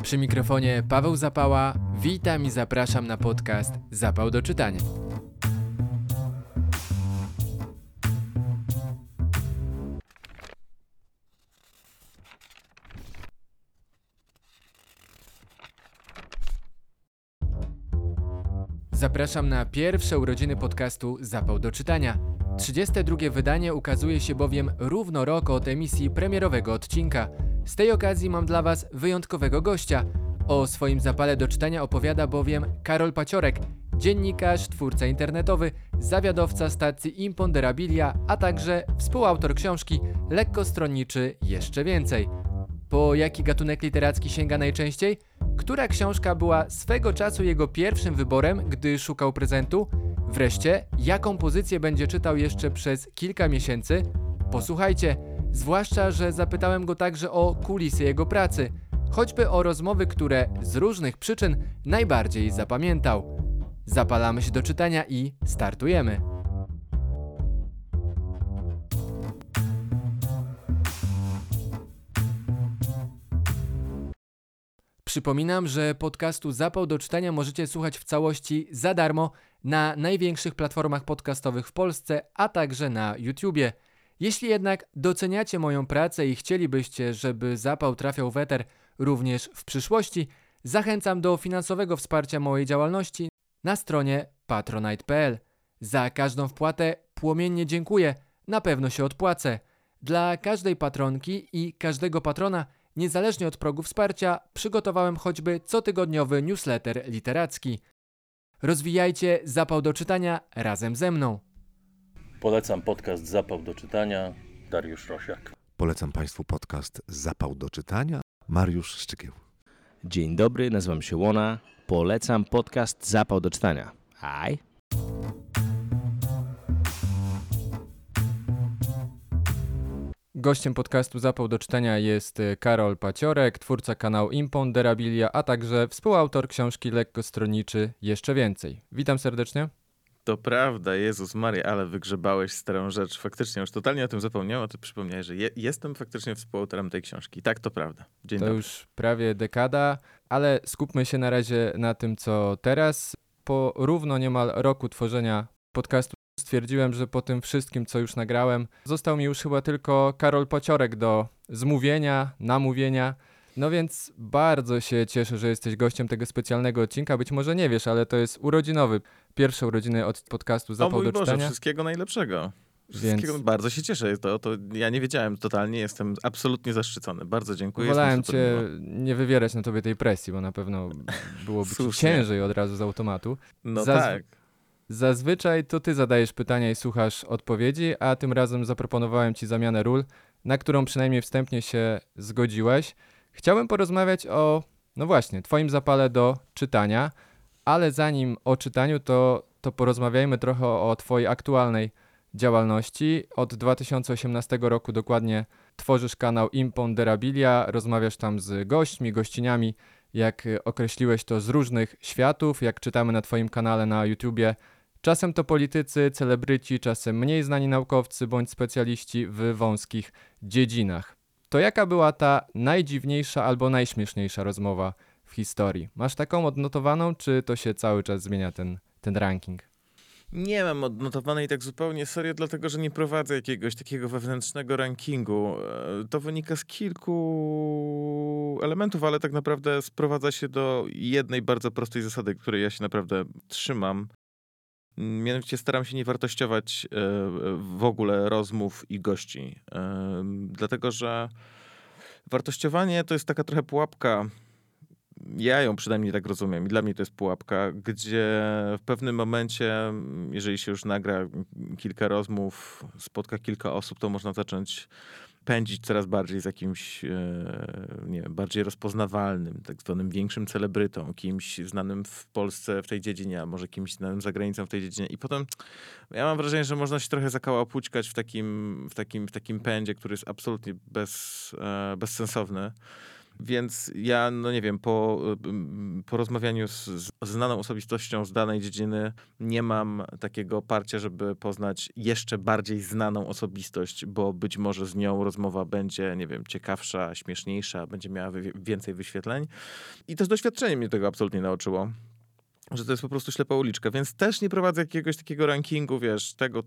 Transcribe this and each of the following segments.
Przy mikrofonie Paweł Zapała, witam i zapraszam na podcast Zapał do czytania. Zapraszam na pierwsze urodziny podcastu Zapał do czytania. 32. wydanie ukazuje się bowiem równo rok od emisji premierowego odcinka. Z tej okazji mam dla Was wyjątkowego gościa. O swoim zapale do czytania opowiada bowiem Karol Paciorek, dziennikarz, twórca internetowy, zawiadowca stacji Imponderabilia, a także współautor książki Lekkostronniczy Jeszcze Więcej. Po jaki gatunek literacki sięga najczęściej? Która książka była swego czasu jego pierwszym wyborem, gdy szukał prezentu? Wreszcie, jaką pozycję będzie czytał jeszcze przez kilka miesięcy? Posłuchajcie, zwłaszcza, że zapytałem go także o kulisy jego pracy, choćby o rozmowy, które z różnych przyczyn najbardziej zapamiętał. Zapalamy się do czytania i startujemy. Przypominam, że podcastu Zapał do czytania możecie słuchać w całości za darmo na największych platformach podcastowych w Polsce, a także na YouTubie. Jeśli jednak doceniacie moją pracę i chcielibyście, żeby Zapał trafiał w eter również w przyszłości, zachęcam do finansowego wsparcia mojej działalności na stronie patronite.pl. Za każdą wpłatę płomiennie dziękuję, na pewno się odpłacę. Dla każdej patronki i każdego patrona, niezależnie od progu wsparcia, przygotowałem choćby cotygodniowy newsletter literacki. Rozwijajcie zapał do czytania razem ze mną. Polecam podcast Zapał do czytania, Dariusz Rosiak. Polecam Państwu podcast Zapał do czytania, Mariusz Szczygieł. Dzień dobry, nazywam się Łona. Polecam podcast Zapał do czytania. Aj. Gościem podcastu Zapał do czytania jest Karol Paciorek, twórca kanału Imponderabilia, a także współautor książki Lekkostronniczy Jeszcze Więcej. Witam serdecznie. To prawda, Jezus Maria, ale wygrzebałeś starą rzecz. Faktycznie, już totalnie o tym zapomniałem, a ty przypomniałeś, że jestem faktycznie współautorem tej książki. Tak, to prawda. Dzień To dobry. już prawie dekada, ale skupmy się na razie na tym, co teraz. Po równo niemal roku tworzenia podcastu stwierdziłem, że po tym wszystkim, co już nagrałem, został mi już chyba tylko Karol Paciorek do zmówienia, namówienia. No więc bardzo się cieszę, że jesteś gościem tego specjalnego odcinka. Być może nie wiesz, ale to jest urodzinowy. Pierwsze urodziny od podcastu O Zapał mój do Boże, czytania. wszystkiego najlepszego. Wszystkiego, Więc bardzo się cieszę. To ja nie wiedziałem totalnie, jestem absolutnie zaszczycony. Bardzo dziękuję. wolałem jest mi super cię miło. nie wywierać na tobie tej presji, bo na pewno byłoby ci Słusznie. ciężej od razu z automatu. No Zazwy- tak. Zazwyczaj to ty zadajesz pytania i słuchasz odpowiedzi, a tym razem zaproponowałem ci zamianę ról, na którą przynajmniej wstępnie się zgodziłeś. Chciałbym porozmawiać o, no właśnie, twoim zapale do czytania, ale zanim o czytaniu, to porozmawiajmy trochę o twojej aktualnej działalności. Od 2018 roku dokładnie tworzysz kanał Imponderabilia, rozmawiasz tam z gośćmi, gościniami, jak określiłeś to, z różnych światów, jak czytamy na twoim kanale na YouTubie. Czasem to politycy, celebryci, czasem mniej znani naukowcy bądź specjaliści w wąskich dziedzinach. To jaka była ta najdziwniejsza albo najśmieszniejsza rozmowa w historii? Masz taką odnotowaną, czy to się cały czas zmienia ten ranking? Nie mam odnotowanej tak zupełnie serio, dlatego że nie prowadzę jakiegoś takiego wewnętrznego rankingu. To wynika z kilku elementów, ale tak naprawdę sprowadza się do jednej bardzo prostej zasady, której ja się naprawdę trzymam. Mianowicie staram się nie wartościować w ogóle rozmów i gości. Dlatego że wartościowanie to jest taka trochę pułapka. Ja ją przynajmniej tak rozumiem i dla mnie to jest pułapka, gdzie w pewnym momencie, jeżeli się już nagra kilka rozmów, spotka kilka osób, to można zacząć pędzić coraz bardziej z jakimś, nie wiem, bardziej rozpoznawalnym, tak zwanym większym celebrytą, kimś znanym w Polsce w tej dziedzinie, a może kimś znanym za granicą w tej dziedzinie. I potem ja mam wrażenie, że można się trochę zakałapućkać w takim pędzie, który jest absolutnie bezsensowny. Więc ja, no nie wiem, po rozmawianiu z znaną osobistością z danej dziedziny nie mam takiego oparcia, żeby poznać jeszcze bardziej znaną osobistość, bo być może z nią rozmowa będzie, nie wiem, ciekawsza, śmieszniejsza, będzie miała więcej wyświetleń. I też doświadczenie mnie tego absolutnie nauczyło, że to jest po prostu ślepa uliczka, więc też nie prowadzę jakiegoś takiego rankingu, wiesz, tego,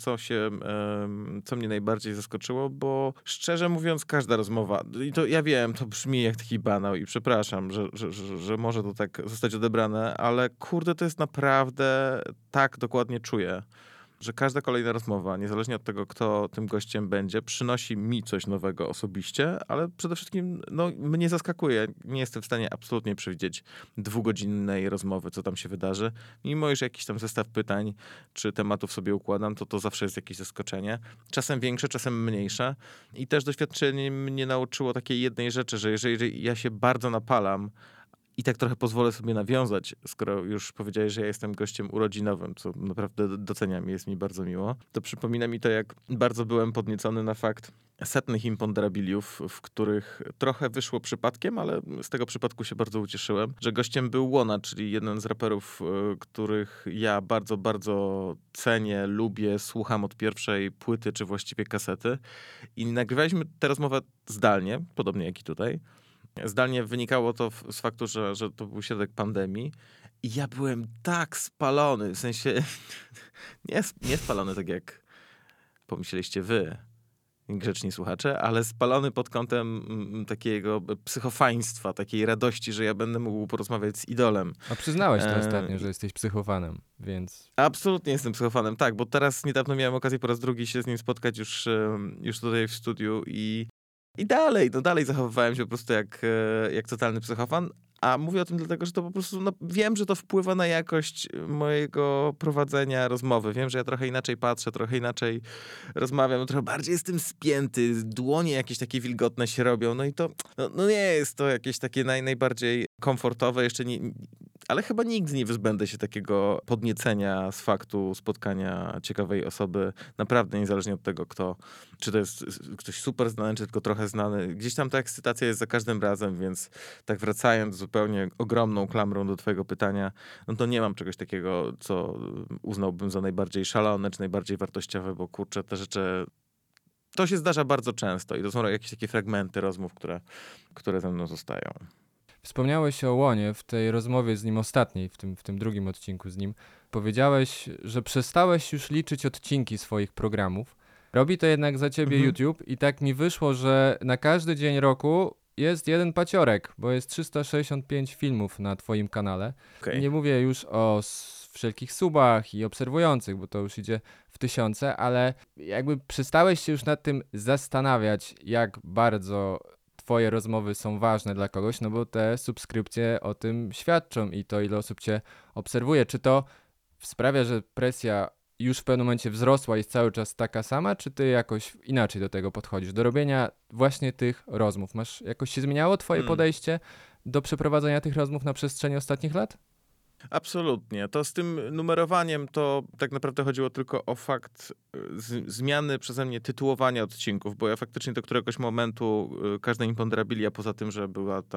co mnie najbardziej zaskoczyło, bo szczerze mówiąc, każda rozmowa, i to ja wiem, to brzmi jak taki banał i przepraszam, że może to tak zostać odebrane, ale kurde, to jest naprawdę tak dokładnie czuję, że każda kolejna rozmowa, niezależnie od tego, kto tym gościem będzie, przynosi mi coś nowego osobiście, ale przede wszystkim no, mnie zaskakuje. Nie jestem w stanie absolutnie przewidzieć 2-godzinnej rozmowy, co tam się wydarzy. Mimo iż jakiś tam zestaw pytań czy tematów sobie układam, to zawsze jest jakieś zaskoczenie. Czasem większe, czasem mniejsze. I też doświadczenie mnie nauczyło takiej jednej rzeczy, że jeżeli ja się bardzo napalam, i tak trochę pozwolę sobie nawiązać, skoro już powiedziałeś, że ja jestem gościem urodzinowym, co naprawdę doceniam i jest mi bardzo miło, to przypomina mi to, jak bardzo byłem podniecony na fakt setnych imponderabiliów, w których trochę wyszło przypadkiem, ale z tego przypadku się bardzo ucieszyłem, że gościem był Łona, czyli jeden z raperów, których ja bardzo, bardzo cenię, lubię, słucham od pierwszej płyty, czy właściwie kasety. I nagrywaliśmy tę rozmowę zdalnie, podobnie jak i tutaj. Zdalnie wynikało to z faktu, że to był środek pandemii i ja byłem tak spalony, w sensie nie spalony tak jak pomyśleliście wy, grzeczni słuchacze, ale spalony pod kątem takiego psychofaństwa, takiej radości, że ja będę mógł porozmawiać z idolem. A przyznałeś to ostatnio, że jesteś psychofanem, więc... Absolutnie jestem psychofanem, tak, bo teraz niedawno miałem okazję po raz drugi się z nim spotkać już tutaj w studiu i dalej zachowywałem się po prostu jak totalny psychofan, a mówię o tym dlatego, że to po prostu, no, wiem, że to wpływa na jakość mojego prowadzenia rozmowy. Wiem, że ja trochę inaczej patrzę, trochę inaczej rozmawiam, no, trochę bardziej jestem spięty, dłonie jakieś takie wilgotne się robią, no i to, no nie jest to jakieś takie najbardziej komfortowe, jeszcze nie, ale chyba nigdy nie wyzbędę się takiego podniecenia z faktu spotkania ciekawej osoby, naprawdę niezależnie od tego, czy to jest ktoś super znany, czy tylko trochę znany. Gdzieś tam ta ekscytacja jest za każdym razem, więc tak wracając zupełnie ogromną klamrą do twojego pytania, no to nie mam czegoś takiego, co uznałbym za najbardziej szalone, czy najbardziej wartościowe, bo kurczę, te rzeczy... To się zdarza bardzo często i to są jakieś takie fragmenty rozmów, które ze mną zostają. Wspomniałeś o Łonie w tej rozmowie z nim ostatniej, w tym drugim odcinku z nim. Powiedziałeś, że przestałeś już liczyć odcinki swoich programów. Robi to jednak za ciebie YouTube i tak mi wyszło, że na każdy dzień roku jest jeden paciorek, bo jest 365 filmów na twoim kanale. Okay. Nie mówię już o wszelkich subach i obserwujących, bo to już idzie w tysiące, ale jakby przestałeś się już nad tym zastanawiać, jak bardzo twoje rozmowy są ważne dla kogoś, no bo te subskrypcje o tym świadczą i to, ile osób cię obserwuje. Czy to sprawia, że presja już w pewnym momencie wzrosła i jest cały czas taka sama, czy ty jakoś inaczej do tego podchodzisz? Do robienia właśnie tych rozmów. Jakoś się zmieniało twoje podejście do przeprowadzenia tych rozmów na przestrzeni ostatnich lat? Absolutnie. To z tym numerowaniem to tak naprawdę chodziło tylko o fakt zmiany przeze mnie tytułowania odcinków, bo ja faktycznie do któregoś momentu każda imponderabilia, poza tym, że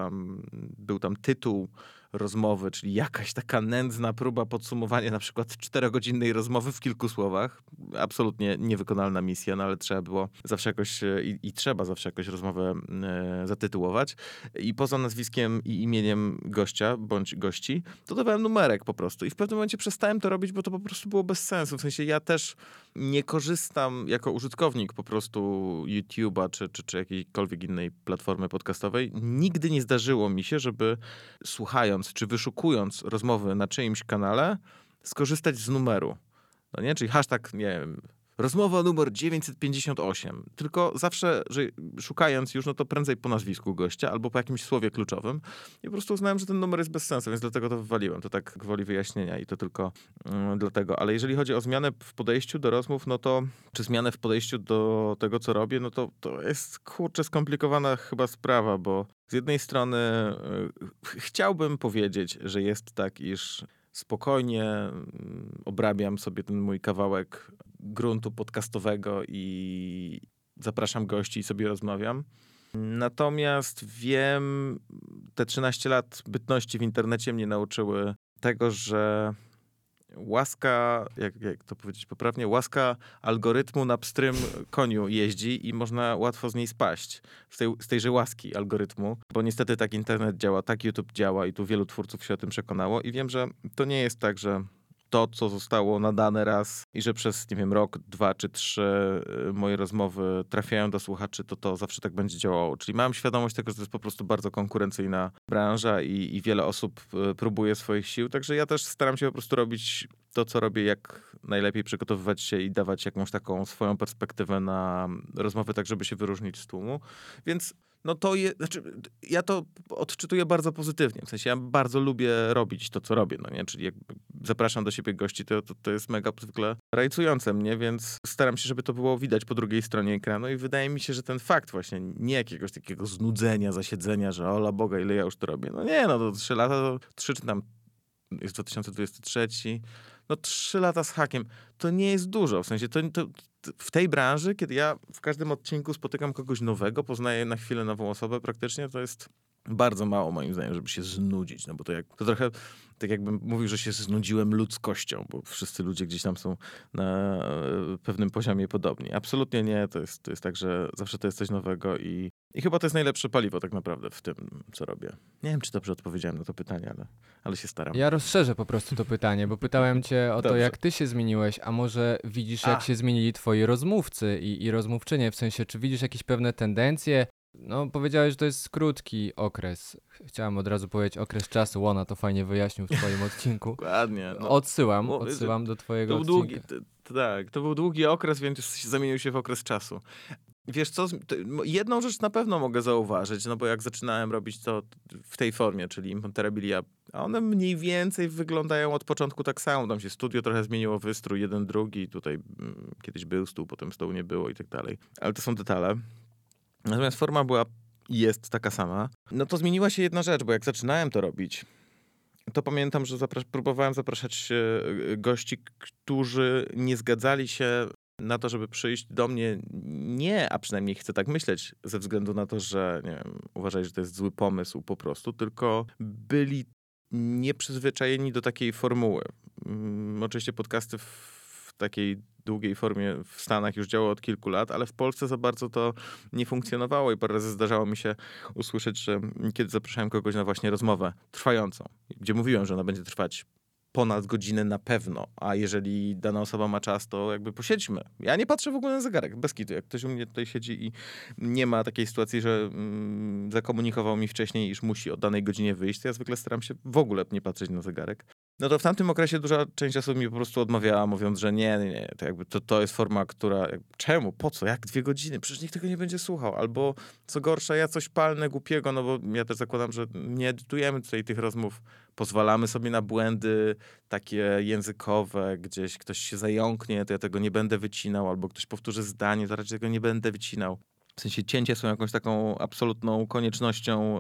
był tam tytuł rozmowy, czyli jakaś taka nędzna próba podsumowania na przykład 4-godzinnej rozmowy w kilku słowach. Absolutnie niewykonalna misja, no ale trzeba było zawsze jakoś i trzeba zawsze jakoś rozmowę zatytułować. I poza nazwiskiem i imieniem gościa bądź gości, to dawałem numerek po prostu. I w pewnym momencie przestałem to robić, bo to po prostu było bez sensu. W sensie ja też nie korzystam jako użytkownik po prostu YouTube'a czy jakiejkolwiek innej platformy podcastowej. Nigdy nie zdarzyło mi się, żeby słuchając czy wyszukując rozmowy na czyimś kanale, skorzystać z numeru. No nie? Czyli hashtag, nie wiem, rozmowa numer 958. Tylko zawsze, że szukając już, no to prędzej po nazwisku gościa albo po jakimś słowie kluczowym. I po prostu uznałem, że ten numer jest bez sensu, więc dlatego to wywaliłem. To tak gwoli wyjaśnienia i to tylko dlatego. Ale jeżeli chodzi o zmianę w podejściu do rozmów, no to, czy zmianę w podejściu do tego, co robię, no to jest, kurczę, skomplikowana chyba sprawa, bo z jednej strony chciałbym powiedzieć, że jest tak, iż spokojnie obrabiam sobie ten mój kawałek gruntu podcastowego i zapraszam gości i sobie rozmawiam. Natomiast wiem, te 13 lat bytności w internecie mnie nauczyły tego, że łaska, jak to powiedzieć poprawnie, łaska algorytmu na pstrym koniu jeździ i można łatwo z niej spaść. Z tejże łaski algorytmu, bo niestety tak internet działa, tak YouTube działa i tu wielu twórców się o tym przekonało i wiem, że to nie jest tak, że to, co zostało nadane raz i że przez, nie wiem, rok, 2 czy 3 moje rozmowy trafiają do słuchaczy, to zawsze tak będzie działało. Czyli mam świadomość tego, że to jest po prostu bardzo konkurencyjna branża i wiele osób próbuje swoich sił, także ja też staram się po prostu robić to, co robię, jak najlepiej przygotowywać się i dawać jakąś taką swoją perspektywę na rozmowy, tak żeby się wyróżnić z tłumu. Więc ja to odczytuję bardzo pozytywnie. W sensie ja bardzo lubię robić to, co robię, no nie? Czyli jak zapraszam do siebie gości, to jest mega zwykle rajcujące mnie, więc staram się, żeby to było widać po drugiej stronie ekranu i wydaje mi się, że ten fakt właśnie nie jakiegoś takiego znudzenia, zasiedzenia, że ola Boga, ile ja już to robię. No nie, no to 3 lata, to 3 czy tam jest 2023, no 3 lata z hakiem, to nie jest dużo. W sensie to w tej branży, kiedy ja w każdym odcinku spotykam kogoś nowego, poznaję na chwilę nową osobę praktycznie, to jest bardzo mało moim zdaniem, żeby się znudzić, no bo to trochę tak jakbym mówił, że się znudziłem ludzkością, bo wszyscy ludzie gdzieś tam są na pewnym poziomie podobni. Absolutnie nie, to jest tak, że zawsze to jest coś nowego i chyba to jest najlepsze paliwo tak naprawdę w tym, co robię. Nie wiem, czy dobrze odpowiedziałem na to pytanie, ale się staram. Ja rozszerzę po prostu to pytanie, bo pytałem cię o to, Dobrze. jak ty się zmieniłeś, a może widzisz, jak się zmienili twoi rozmówcy i rozmówczynie, w sensie, czy widzisz jakieś pewne tendencje? No, powiedziałeś, że to jest krótki okres. Chciałem od razu powiedzieć okres czasu. Łona to fajnie wyjaśnił w twoim odcinku. Dokładnie. No. Odsyłam do To twojego był odcinka. tak, to był długi okres, więc zamienił się w okres czasu. Wiesz co, jedną rzecz na pewno mogę zauważyć, no bo jak zaczynałem robić to w tej formie, czyli Imponderabilia, a one mniej więcej wyglądają od początku tak samo. Tam się studio trochę zmieniło, wystrój, jeden, drugi, tutaj kiedyś był stół, potem stołu nie było i tak dalej. Ale to są detale. Natomiast forma jest taka sama. No to zmieniła się jedna rzecz, bo jak zaczynałem to robić, to pamiętam, że próbowałem zapraszać gości, którzy nie zgadzali się na to, żeby przyjść do mnie, nie, a przynajmniej chcę tak myśleć, ze względu na to, że nie wiem, uważali, że to jest zły pomysł po prostu, tylko byli nieprzyzwyczajeni do takiej formuły. Oczywiście podcasty w takiej długiej formie w Stanach już działało od kilku lat, ale w Polsce za bardzo to nie funkcjonowało i parę razy zdarzało mi się usłyszeć, że kiedy zapraszałem kogoś na właśnie rozmowę trwającą, gdzie mówiłem, że ona będzie trwać ponad godzinę na pewno, a jeżeli dana osoba ma czas, to jakby posiedźmy. Ja nie patrzę w ogóle na zegarek, bez kitu. Jak ktoś u mnie tutaj siedzi i nie ma takiej sytuacji, że zakomunikował mi wcześniej, iż musi o danej godzinie wyjść, to ja zwykle staram się w ogóle nie patrzeć na zegarek. No to w tamtym okresie duża część osób mi po prostu odmawiała, mówiąc, że nie, to jakby to jest forma, która... Czemu? Po co? Jak 2 godziny? Przecież nikt tego nie będzie słuchał. Albo co gorsza, ja coś palnę, głupiego, no bo ja też zakładam, że nie edytujemy tutaj tych rozmów. Pozwalamy sobie na błędy takie językowe, gdzieś ktoś się zająknie, to ja tego nie będę wycinał, albo ktoś powtórzy zdanie, to raczej tego nie będę wycinał. W sensie cięcia są jakąś taką absolutną koniecznością,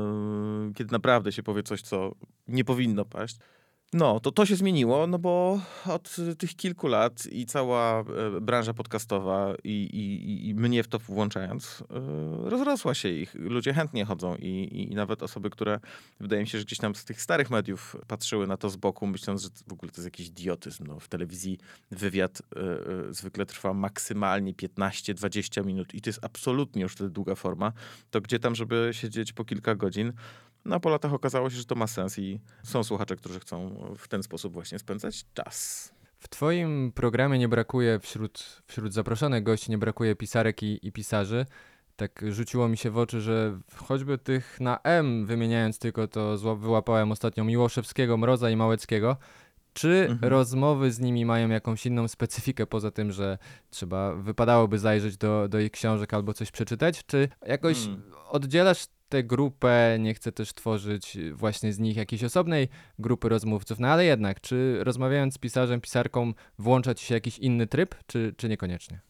kiedy naprawdę się powie coś, co nie powinno paść. No, to się zmieniło, no bo od tych kilku lat i cała branża podcastowa i mnie w to włączając, rozrosła się ich. Ludzie chętnie chodzą i nawet osoby, które wydaje mi się, że gdzieś tam z tych starych mediów patrzyły na to z boku, myśląc, że w ogóle to jest jakiś idiotyzm. No, w telewizji wywiad zwykle trwa maksymalnie 15-20 minut i to jest absolutnie już wtedy długa forma. To gdzie tam, żeby siedzieć po kilka godzin? No po latach okazało się, że to ma sens i są słuchacze, którzy chcą w ten sposób właśnie spędzać czas. W twoim programie nie brakuje, wśród zaproszonych gości nie brakuje pisarek i pisarzy. Tak rzuciło mi się w oczy, że choćby tych na M, wymieniając tylko to, wyłapałem ostatnio Miłoszewskiego, Mroza i Małeckiego. Czy rozmowy z nimi mają jakąś inną specyfikę, poza tym, że wypadałoby zajrzeć do ich książek albo coś przeczytać? Czy jakoś oddzielasz tę grupę, nie chcę też tworzyć właśnie z nich jakiejś osobnej grupy rozmówców, no ale jednak, czy rozmawiając z pisarzem, pisarką włącza ci się jakiś inny tryb, czy niekoniecznie?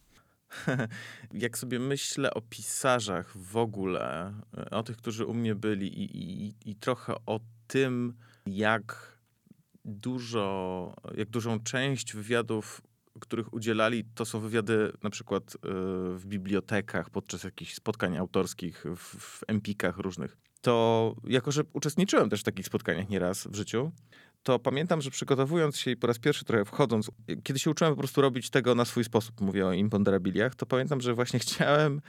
Jak sobie myślę o pisarzach w ogóle, o tych, którzy u mnie byli i trochę o tym, jak dużą część wywiadów których udzielali, to są wywiady na przykład w bibliotekach, podczas jakichś spotkań autorskich, w empikach różnych. To jako, że uczestniczyłem też w takich spotkaniach nieraz w życiu, to pamiętam, że przygotowując się i po raz pierwszy trochę wchodząc, kiedy się uczyłem po prostu robić tego na swój sposób, mówię o imponderabiliach, to pamiętam, że właśnie chciałem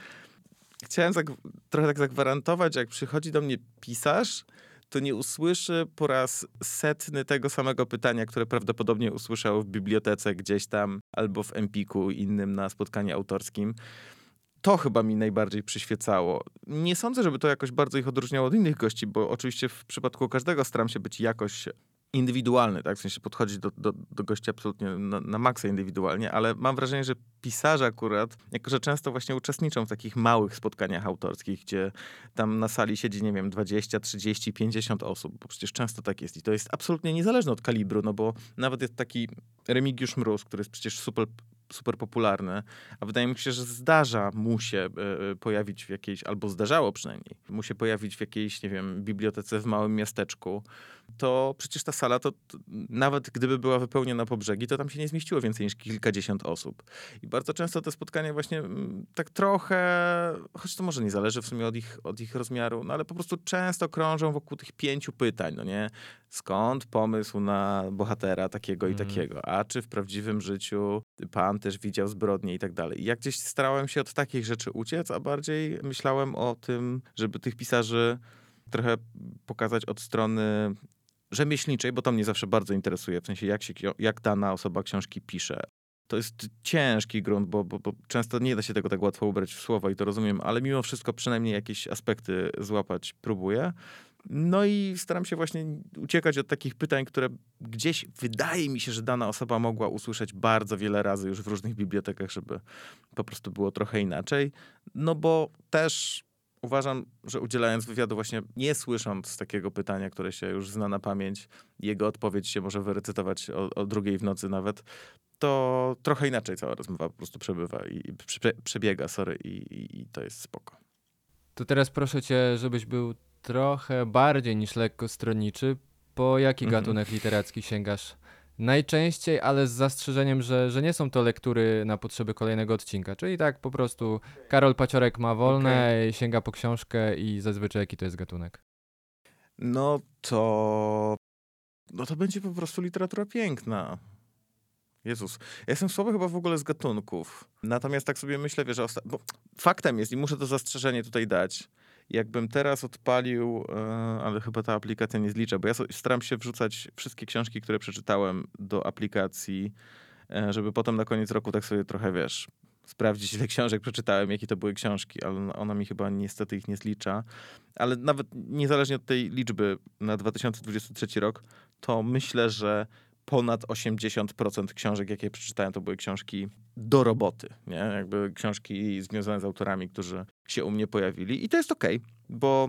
trochę tak zagwarantować, że jak przychodzi do mnie pisarz, to nie usłyszy po raz setny tego samego pytania, które prawdopodobnie usłyszał w bibliotece gdzieś tam albo w Empiku innym na spotkaniu autorskim. To chyba mi najbardziej przyświecało. Nie sądzę, żeby to jakoś bardzo ich odróżniało od innych gości, bo oczywiście w przypadku każdego staram się być jakoś indywidualny, tak? W sensie podchodzić do gości absolutnie na maksa indywidualnie, ale mam wrażenie, że pisarze akurat, jako że często właśnie uczestniczą w takich małych spotkaniach autorskich, gdzie tam na sali siedzi, nie wiem, 20, 30, 50 osób, bo przecież często tak jest i to jest absolutnie niezależne od kalibru, no bo nawet jest taki Remigiusz Mróz, który jest przecież super popularny, a wydaje mi się, że zdarza mu się pojawić w jakiejś, albo zdarzało przynajmniej, mu się pojawić w jakiejś, nie wiem, bibliotece w małym miasteczku, to przecież ta sala, to nawet gdyby była wypełniona po brzegi, to tam się nie zmieściło więcej niż kilkadziesiąt osób. I bardzo często te spotkania właśnie tak trochę, choć to może nie zależy w sumie od ich rozmiaru, no ale po prostu często krążą wokół tych 5 pytań, no nie? Skąd pomysł na bohatera takiego i takiego? A czy w prawdziwym życiu pan też widział zbrodnie i tak dalej? I ja gdzieś starałem się od takich rzeczy uciec, a bardziej myślałem o tym, żeby tych pisarzy trochę pokazać od strony rzemieślniczej, bo to mnie zawsze bardzo interesuje, w sensie jak dana osoba książki pisze. To jest ciężki grunt, bo często nie da się tego tak łatwo ubrać w słowa i to rozumiem, ale mimo wszystko przynajmniej jakieś aspekty złapać próbuję. No i staram się właśnie uciekać od takich pytań, które gdzieś wydaje mi się, że dana osoba mogła usłyszeć bardzo wiele razy już w różnych bibliotekach, żeby po prostu było trochę inaczej. No bo też uważam, że udzielając wywiadu właśnie nie słysząc takiego pytania, które się już zna na pamięć, jego odpowiedź się może wyrecytować o 2:00 w nocy nawet, to trochę inaczej cała rozmowa po prostu przebiega, i to jest spoko. To teraz proszę cię, żebyś był trochę bardziej niż lekko stronniczy. Po jaki gatunek literacki sięgasz najczęściej, ale z zastrzeżeniem, że nie są to lektury na potrzeby kolejnego odcinka. Czyli tak po prostu Karol Paciorek ma wolne, sięga po książkę i zazwyczaj jaki to jest gatunek? No to będzie po prostu literatura piękna. Jezus, ja jestem słaby chyba w ogóle z gatunków. Natomiast tak sobie myślę, wiesz, bo faktem jest i muszę to zastrzeżenie tutaj dać. Jakbym teraz odpalił, ale chyba ta aplikacja nie zlicza, bo ja staram się wrzucać wszystkie książki, które przeczytałem do aplikacji, żeby potem na koniec roku tak sobie trochę, wiesz, sprawdzić, ile książek przeczytałem, jakie to były książki, ale ona mi chyba niestety ich nie zlicza. Ale nawet niezależnie od tej liczby na 2023 rok, to myślę, że ponad 80% książek, jakie przeczytałem, to były książki do roboty, nie? Jakby książki związane z autorami, którzy się u mnie pojawili. I to jest okej, bo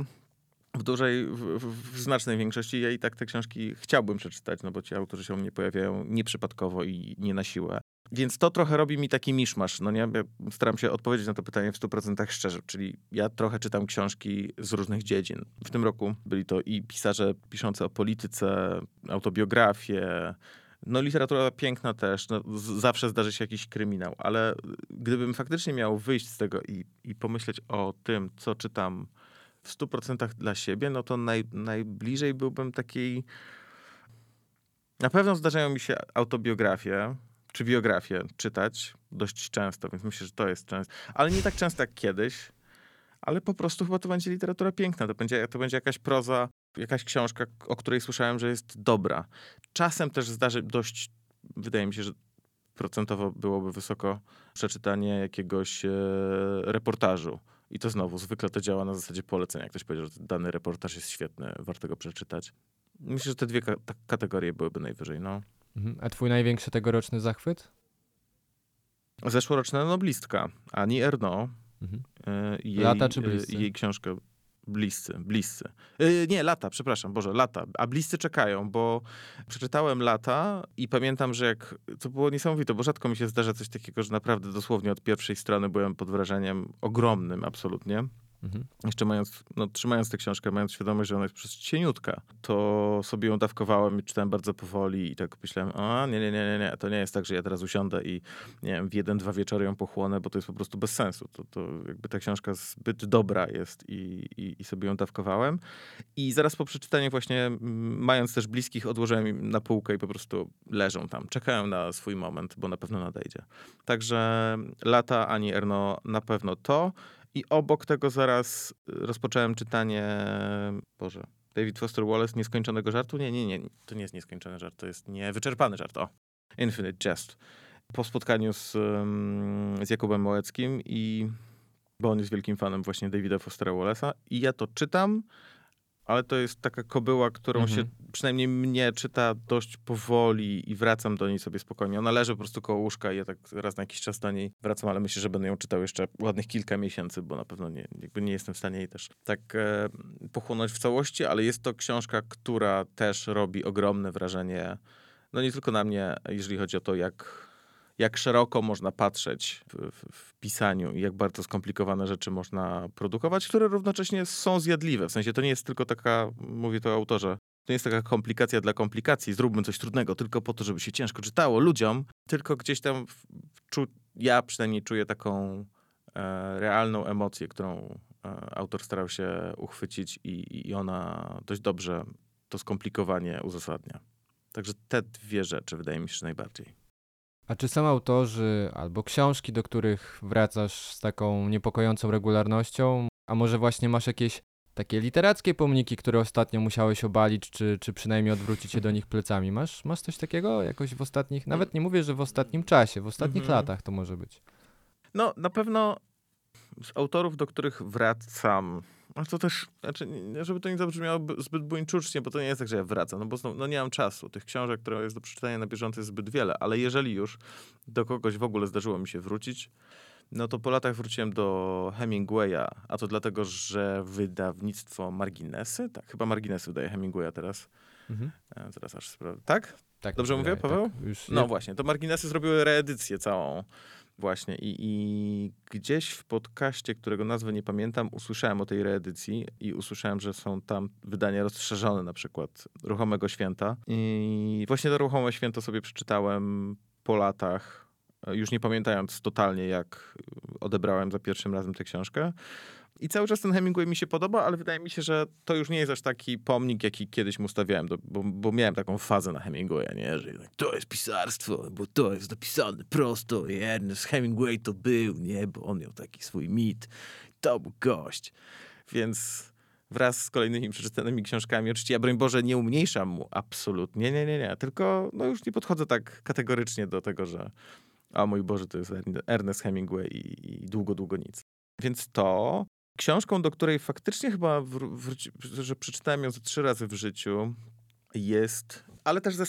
w znacznej większości ja i tak te książki chciałbym przeczytać, no bo ci autorzy się u mnie pojawiają nieprzypadkowo i nie na siłę. Więc to trochę robi mi taki miszmasz, no nie? Ja staram się odpowiedzieć na to pytanie w 100% szczerze, czyli ja trochę czytam książki z różnych dziedzin. W tym roku byli to i pisarze piszący o polityce, autobiografie, no literatura piękna też, no, zawsze zdarzy się jakiś kryminał, ale gdybym faktycznie miał wyjść z tego i pomyśleć o tym, co czytam w 100% dla siebie, no to najbliżej byłbym takiej... Na pewno zdarzają mi się autobiografie, czy biografię czytać dość często, więc myślę, że to jest często. Ale nie tak często jak kiedyś, ale po prostu chyba to będzie literatura piękna. To będzie jakaś proza, jakaś książka, o której słyszałem, że jest dobra. Czasem też zdarzy dość, wydaje mi się, że procentowo byłoby wysoko przeczytanie jakiegoś reportażu. I to znowu, zwykle to działa na zasadzie polecenia. Jak ktoś powiedział, że dany reportaż jest świetny, warto go przeczytać. Myślę, że te dwie kategorie byłyby najwyżej, no. A twój największy tegoroczny zachwyt? Zeszłoroczna noblistka Annie Ernaux. Lata czy bliscy? Jej książkę Bliscy. Nie, Lata, przepraszam, Boże, Lata. A Bliscy czekają, bo przeczytałem Lata i pamiętam, że to było niesamowite, bo rzadko mi się zdarza coś takiego, że naprawdę dosłownie od pierwszej strony byłem pod wrażeniem ogromnym absolutnie. Mhm. Jeszcze trzymając tę książkę, mając świadomość, że ona jest przez cieniutka, to sobie ją dawkowałem i czytałem bardzo powoli i tak myślałem, nie, to nie jest tak, że ja teraz usiądę i nie wiem, w 1-2 wieczory ją pochłonę, bo to jest po prostu bez sensu. To jakby ta książka zbyt dobra jest i sobie ją dawkowałem. I zaraz po przeczytaniu właśnie, mając też bliskich, odłożyłem im na półkę i po prostu leżą tam, czekają na swój moment, bo na pewno nadejdzie. Także Lata Ani Ernaux na pewno to. I obok tego zaraz rozpocząłem czytanie, David Foster Wallace, Nieskończonego żartu? Nie, to nie jest Nieskończony żart, to jest Niewyczerpany żart, Infinite Jest. Po spotkaniu z Jakubem Małeckim bo on jest wielkim fanem właśnie Davida Fostera Wallace'a i ja to czytam, ale to jest taka kobyła, którą się, przynajmniej mnie, czyta dość powoli i wracam do niej sobie spokojnie. Ona leży po prostu koło łóżka i ja tak raz na jakiś czas do niej wracam, ale myślę, że będę ją czytał jeszcze ładnych kilka miesięcy, bo na pewno nie jestem w stanie jej też tak pochłonąć w całości, ale jest to książka, która też robi ogromne wrażenie, no nie tylko na mnie, jeżeli chodzi o to, jak szeroko można patrzeć w pisaniu i jak bardzo skomplikowane rzeczy można produkować, które równocześnie są zjadliwe. W sensie to nie jest tylko taka, mówię to o autorze, to nie jest taka komplikacja dla komplikacji, zróbmy coś trudnego tylko po to, żeby się ciężko czytało ludziom, tylko gdzieś tam ja przynajmniej czuję taką realną emocję, którą autor starał się uchwycić i ona dość dobrze to skomplikowanie uzasadnia. Także te dwie rzeczy wydaje mi się, że najbardziej. A czy są autorzy albo książki, do których wracasz z taką niepokojącą regularnością? A może właśnie masz jakieś takie literackie pomniki, które ostatnio musiałeś obalić, czy przynajmniej odwrócić się do nich plecami? Masz coś takiego jakoś w ostatnich, nawet nie mówię, że w ostatnim czasie, w ostatnich latach to może być? No, na pewno z autorów, do których wracam, ale to też, znaczy, żeby to nie zabrzmiało zbyt buńczucznie, bo to nie jest tak, że ja wracam, no bo nie mam czasu. Tych książek, które jest do przeczytania na bieżąco, jest zbyt wiele, ale jeżeli już do kogoś w ogóle zdarzyło mi się wrócić, no to po latach wróciłem do Hemingwaya, a to dlatego, że wydawnictwo Marginesy, tak, chyba Marginesy wydaje Hemingwaya teraz. Zaraz aż sprawdzę. Tak? Tak, Dobrze mówię, Paweł? Tak, już No właśnie, to Marginesy zrobiły reedycję całą. Właśnie i gdzieś w podcaście, którego nazwy nie pamiętam, usłyszałem o tej reedycji i usłyszałem, że są tam wydania rozszerzone, na przykład Ruchomego Święta. I właśnie to Ruchome Święto sobie przeczytałem po latach, już nie pamiętając totalnie, jak odebrałem za pierwszym razem tę książkę. I cały czas ten Hemingway mi się podoba, ale wydaje mi się, że to już nie jest aż taki pomnik, jaki kiedyś mu stawiałem, bo miałem taką fazę na Hemingwaya, nie? Że to jest pisarstwo, bo to jest napisane prosto i Ernest Hemingway to był, nie? Bo on miał taki swój mit. To był gość. Więc wraz z kolejnymi przeczytanymi książkami, oczywiście ja, broń Boże, nie umniejszam mu absolutnie, nie. Tylko no już nie podchodzę tak kategorycznie do tego, że o mój Boże, to jest Ernest Hemingway i długo nic. Więc to książką, do której faktycznie chyba, że przeczytałem ją ze 3 razy w życiu, jest, ale też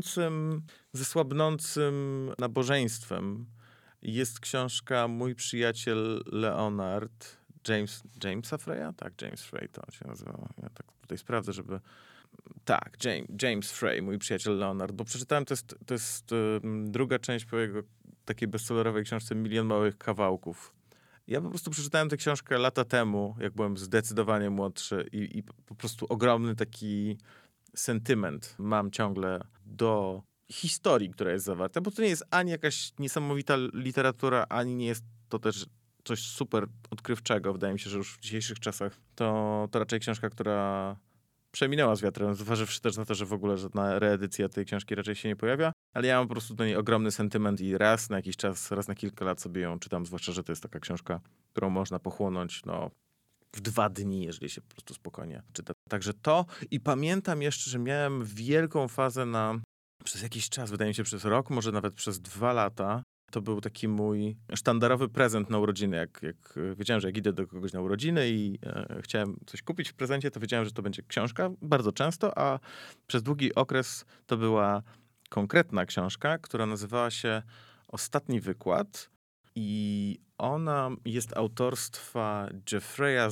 ze słabnącym nabożeństwem, jest książka Mój przyjaciel Leonard, Jamesa Freya? Tak, James Frey to się nazywa. Ja tak tutaj sprawdzę, żeby... Tak, James Frey, Mój przyjaciel Leonard, bo przeczytałem, to jest druga część po jego takiej bestsellerowej książce Milion małych kawałków. Ja po prostu przeczytałem tę książkę lata temu, jak byłem zdecydowanie młodszy i po prostu ogromny taki sentyment mam ciągle do historii, która jest zawarta, bo to nie jest ani jakaś niesamowita literatura, ani nie jest to też coś super odkrywczego. Wydaje mi się, że już w dzisiejszych czasach to raczej książka, która przeminęła z wiatrem, zważywszy też na to, że w ogóle żadna reedycja tej książki raczej się nie pojawia, ale ja mam po prostu do niej ogromny sentyment i raz na jakiś czas, raz na kilka lat sobie ją czytam, zwłaszcza, że to jest taka książka, którą można pochłonąć w 2 dni, jeżeli się po prostu spokojnie czyta. Także to i pamiętam jeszcze, że miałem wielką fazę przez jakiś czas, wydaje mi się przez rok, może nawet przez 2 lata. To był taki mój sztandarowy prezent na urodziny. Jak wiedziałem, że jak idę do kogoś na urodziny i chciałem coś kupić w prezencie, to wiedziałem, że to będzie książka bardzo często, a przez długi okres to była konkretna książka, która nazywała się Ostatni wykład i ona jest autorstwa Jeffreya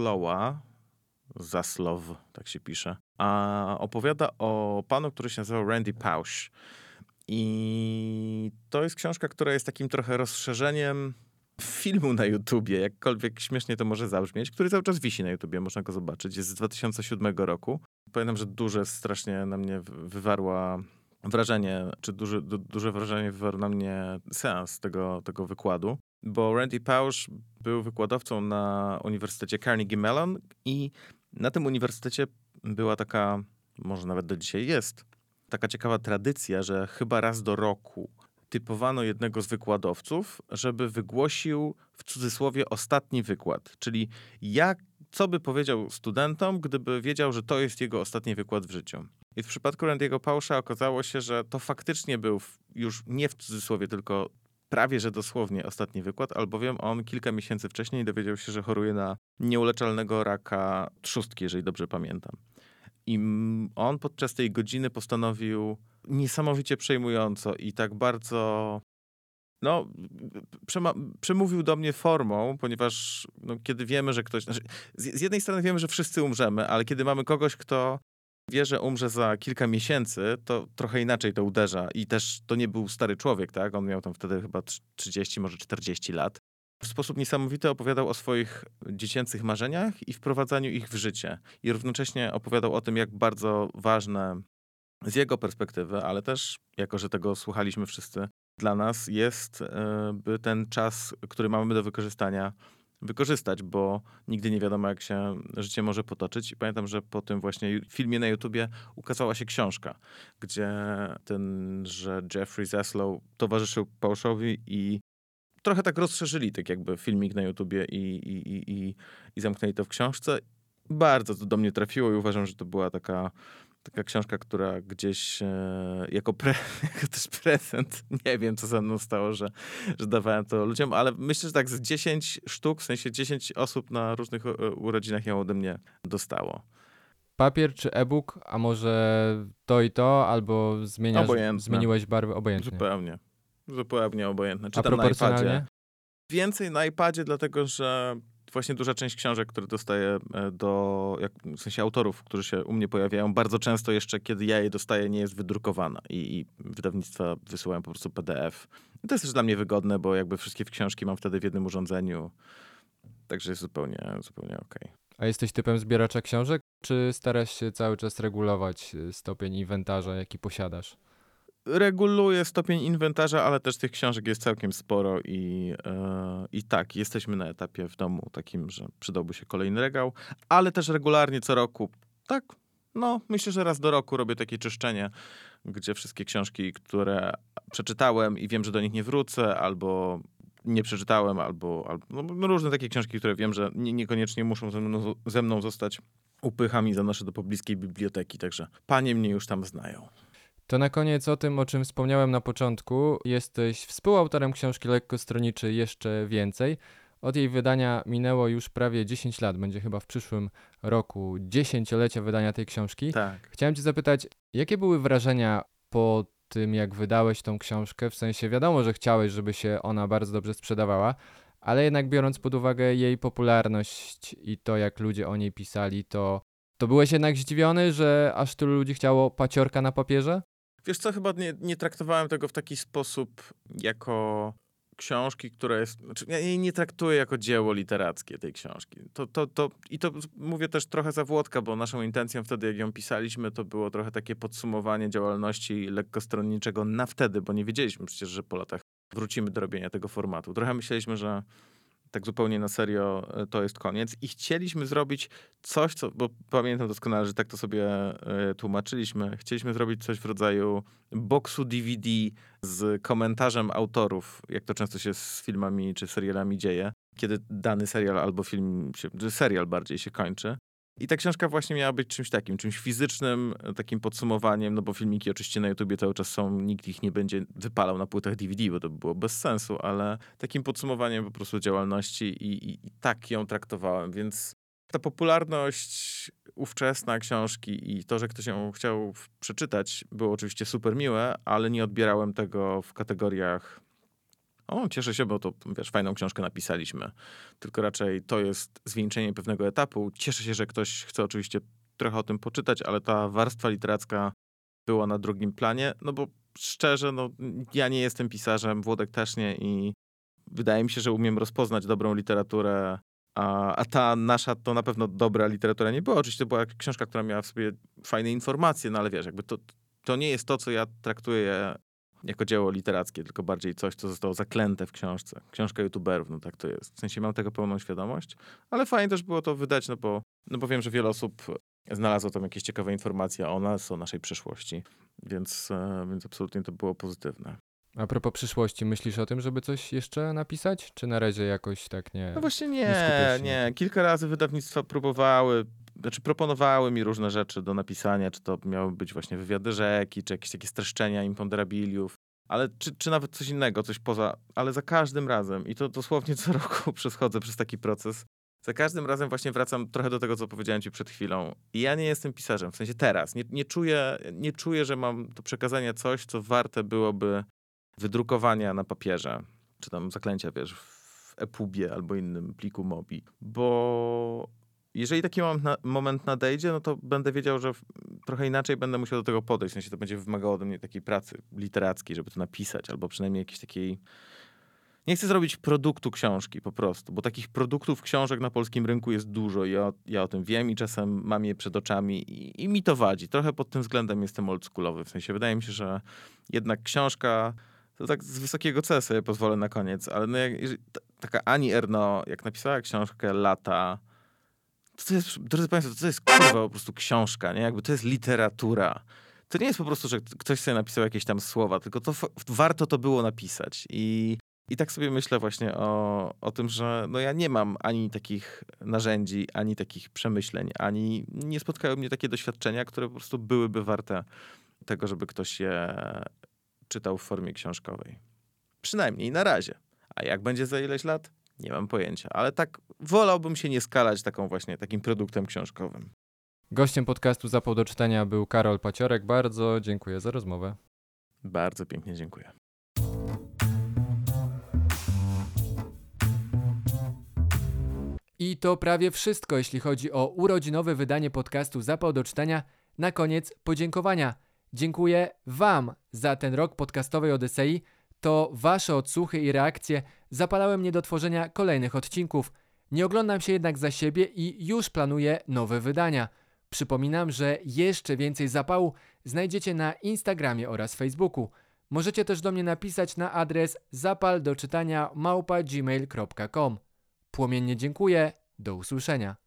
Zaslow, tak się pisze, a opowiada o panu, który się nazywał Randy Pausch. I to jest książka, która jest takim trochę rozszerzeniem filmu na YouTubie, jakkolwiek śmiesznie to może zabrzmieć, który cały czas wisi na YouTubie, można go zobaczyć, jest z 2007 roku. Pamiętam, że strasznie na mnie wywarła wrażenie, czy duże wrażenie wywarł na mnie seans tego wykładu, bo Randy Pausch był wykładowcą na Uniwersytecie Carnegie Mellon i na tym uniwersytecie była taka, może nawet do dzisiaj jest, taka ciekawa tradycja, że chyba raz do roku typowano jednego z wykładowców, żeby wygłosił w cudzysłowie ostatni wykład, czyli co by powiedział studentom, gdyby wiedział, że to jest jego ostatni wykład w życiu. I w przypadku Randy'ego Pauscha okazało się, że to faktycznie był już nie w cudzysłowie, tylko prawie że dosłownie ostatni wykład, albowiem on kilka miesięcy wcześniej dowiedział się, że choruje na nieuleczalnego raka trzustki, jeżeli dobrze pamiętam. I on podczas tej godziny postanowił niesamowicie przejmująco i tak bardzo przemówił do mnie formą, ponieważ kiedy wiemy, że ktoś... z jednej strony wiemy, że wszyscy umrzemy, ale kiedy mamy kogoś, kto wie, że umrze za kilka miesięcy, to trochę inaczej to uderza. I też to nie był stary człowiek, tak? On miał tam wtedy chyba 30, może 40 lat. W sposób niesamowity opowiadał o swoich dziecięcych marzeniach i wprowadzaniu ich w życie. I równocześnie opowiadał o tym, jak bardzo ważne z jego perspektywy, ale też, jako że tego słuchaliśmy wszyscy, dla nas jest, by ten czas, który mamy do wykorzystania, wykorzystać, bo nigdy nie wiadomo, jak się życie może potoczyć. I pamiętam, że po tym właśnie filmie na YouTubie ukazała się książka, gdzie że Jeffrey Zaslow towarzyszył Pauschowi i trochę tak rozszerzyli tak jakby filmik na YouTubie i zamknęli to w książce. Bardzo to do mnie trafiło i uważam, że to była taka książka, która gdzieś jako też prezent, nie wiem co ze mną stało, że dawałem to ludziom, ale myślę, że tak z 10 sztuk, w sensie 10 osób na różnych urodzinach ją ode mnie dostało. Papier czy e-book, a może to i to, albo zmieniłeś barwy obojętnie? Zupełnie obojętne. A Czytam na proporcjonalnie? Więcej na iPadzie, dlatego że właśnie duża część książek, które dostaję w sensie autorów, którzy się u mnie pojawiają, bardzo często jeszcze, kiedy ja je dostaję, nie jest wydrukowana i wydawnictwa wysyłają po prostu PDF. I to jest też dla mnie wygodne, bo jakby wszystkie książki mam wtedy w jednym urządzeniu, także jest zupełnie okej. A jesteś typem zbieracza książek, czy starasz się cały czas regulować stopień inwentarza, jaki posiadasz? Reguluję stopień inwentarza, ale też tych książek jest całkiem sporo i tak, jesteśmy na etapie w domu takim, że przydałby się kolejny regał, ale też regularnie co roku, tak, myślę, że raz do roku robię takie czyszczenie, gdzie wszystkie książki, które przeczytałem i wiem, że do nich nie wrócę, albo nie przeczytałem, albo różne takie książki, które wiem, że niekoniecznie muszą ze mną zostać, upycham i zanoszę do pobliskiej biblioteki, także panie mnie już tam znają. To na koniec o tym, o czym wspomniałem na początku. Jesteś współautorem książki Lekkostroniczy Jeszcze Więcej. Od jej wydania minęło już prawie 10 lat. Będzie chyba w przyszłym roku 10-lecie wydania tej książki. Tak. Chciałem cię zapytać, jakie były wrażenia po tym, jak wydałeś tą książkę? W sensie wiadomo, że chciałeś, żeby się ona bardzo dobrze sprzedawała, ale jednak biorąc pod uwagę jej popularność i to, jak ludzie o niej pisali, to byłeś jednak zdziwiony, że aż tylu ludzi chciało paciorka na papierze? Wiesz co, chyba nie traktowałem tego w taki sposób jako książki, która jest... Znaczy ja jej nie traktuję jako dzieło literackie tej książki. I to mówię też trochę za Włodka, bo naszą intencją wtedy, jak ją pisaliśmy, to było trochę takie podsumowanie działalności lekkostronniczego na wtedy, bo nie wiedzieliśmy przecież, że po latach wrócimy do robienia tego formatu. Trochę myśleliśmy, że tak zupełnie na serio to jest koniec. I chcieliśmy zrobić coś, bo pamiętam doskonale, że tak to sobie tłumaczyliśmy. Chcieliśmy zrobić coś w rodzaju boksu DVD z komentarzem autorów, jak to często się z filmami czy serialami dzieje, kiedy dany serial albo film, serial bardziej się kończy. I ta książka właśnie miała być czymś takim, czymś fizycznym, takim podsumowaniem, bo filmiki oczywiście na YouTubie cały czas są, nikt ich nie będzie wypalał na płytach DVD, bo to by było bez sensu, ale takim podsumowaniem po prostu działalności i tak ją traktowałem, więc ta popularność ówczesna książki i to, że ktoś ją chciał przeczytać, było oczywiście super miłe, ale nie odbierałem tego w kategoriach cieszę się, bo to, wiesz, fajną książkę napisaliśmy. Tylko raczej to jest zwieńczenie pewnego etapu. Cieszę się, że ktoś chce oczywiście trochę o tym poczytać, ale ta warstwa literacka była na drugim planie. Bo szczerze, ja nie jestem pisarzem, Włodek też nie i wydaje mi się, że umiem rozpoznać dobrą literaturę, a ta nasza to na pewno dobra literatura nie była. Oczywiście to była książka, która miała w sobie fajne informacje, no ale wiesz, jakby to nie jest to, co ja traktuję jako dzieło literackie, tylko bardziej coś, co zostało zaklęte w książce. Książka youtuberów, no tak to jest. W sensie mam tego pełną świadomość, ale fajnie też było to wydać, no bo wiem, że wiele osób znalazło tam jakieś ciekawe informacje o nas, o naszej przeszłości, więc absolutnie to było pozytywne. A propos przyszłości, myślisz o tym, żeby coś jeszcze napisać? Czy na razie jakoś tak nie? No właśnie skupiasz się na nie. Kilka razy wydawnictwa proponowały mi różne rzeczy do napisania, czy to miały być właśnie wywiady rzeki, czy jakieś takie streszczenia imponderabiliów, ale czy nawet coś innego, coś poza, ale za każdym razem, i to dosłownie co roku przechodzę przez taki proces, za każdym razem właśnie wracam trochę do tego, co powiedziałem ci przed chwilą. I ja nie jestem pisarzem, w sensie teraz. Nie czuję, że mam do przekazania coś, co warte byłoby wydrukowania na papierze, czy tam zaklęcia, wiesz, w EPUBie albo innym pliku MOBI. Bo jeżeli taki moment nadejdzie, no to będę wiedział, że trochę inaczej będę musiał do tego podejść. W sensie to będzie wymagało ode mnie takiej pracy literackiej, żeby to napisać, albo przynajmniej jakiejś takiej... Nie chcę zrobić produktu książki po prostu, bo takich produktów książek na polskim rynku jest dużo i ja o tym wiem i czasem mam je przed oczami i mi to wadzi. Trochę pod tym względem jestem oldschoolowy. W sensie wydaje mi się, że jednak książka, to tak z wysokiego C sobie pozwolę na koniec, ale no taka Ani Ernaux, jak napisała książkę Lata, to jest, drodzy Państwo, to jest kurwa po prostu książka, nie? Jakby to jest literatura. To nie jest po prostu, że ktoś sobie napisał jakieś tam słowa, tylko to warto to było napisać. I tak sobie myślę właśnie o tym, że no ja nie mam ani takich narzędzi, ani takich przemyśleń, ani nie spotkały mnie takie doświadczenia, które po prostu byłyby warte tego, żeby ktoś je czytał w formie książkowej. Przynajmniej na razie. A jak będzie za ileś lat? Nie mam pojęcia. Ale tak wolałbym się nie skalać takim produktem książkowym. Gościem podcastu Zapał do czytania był Karol Paciorek. Bardzo dziękuję za rozmowę. Bardzo pięknie dziękuję. I to prawie wszystko, jeśli chodzi o urodzinowe wydanie podcastu Zapał do czytania. Na koniec podziękowania. Dziękuję Wam za ten rok podcastowej Odysei. To Wasze odsłuchy i reakcje zapalały mnie do tworzenia kolejnych odcinków. Nie oglądam się jednak za siebie i już planuję nowe wydania. Przypominam, że jeszcze więcej zapału znajdziecie na Instagramie oraz Facebooku. Możecie też do mnie napisać na adres zapaldoczytania@gmail.com. Płomiennie dziękuję. Do usłyszenia.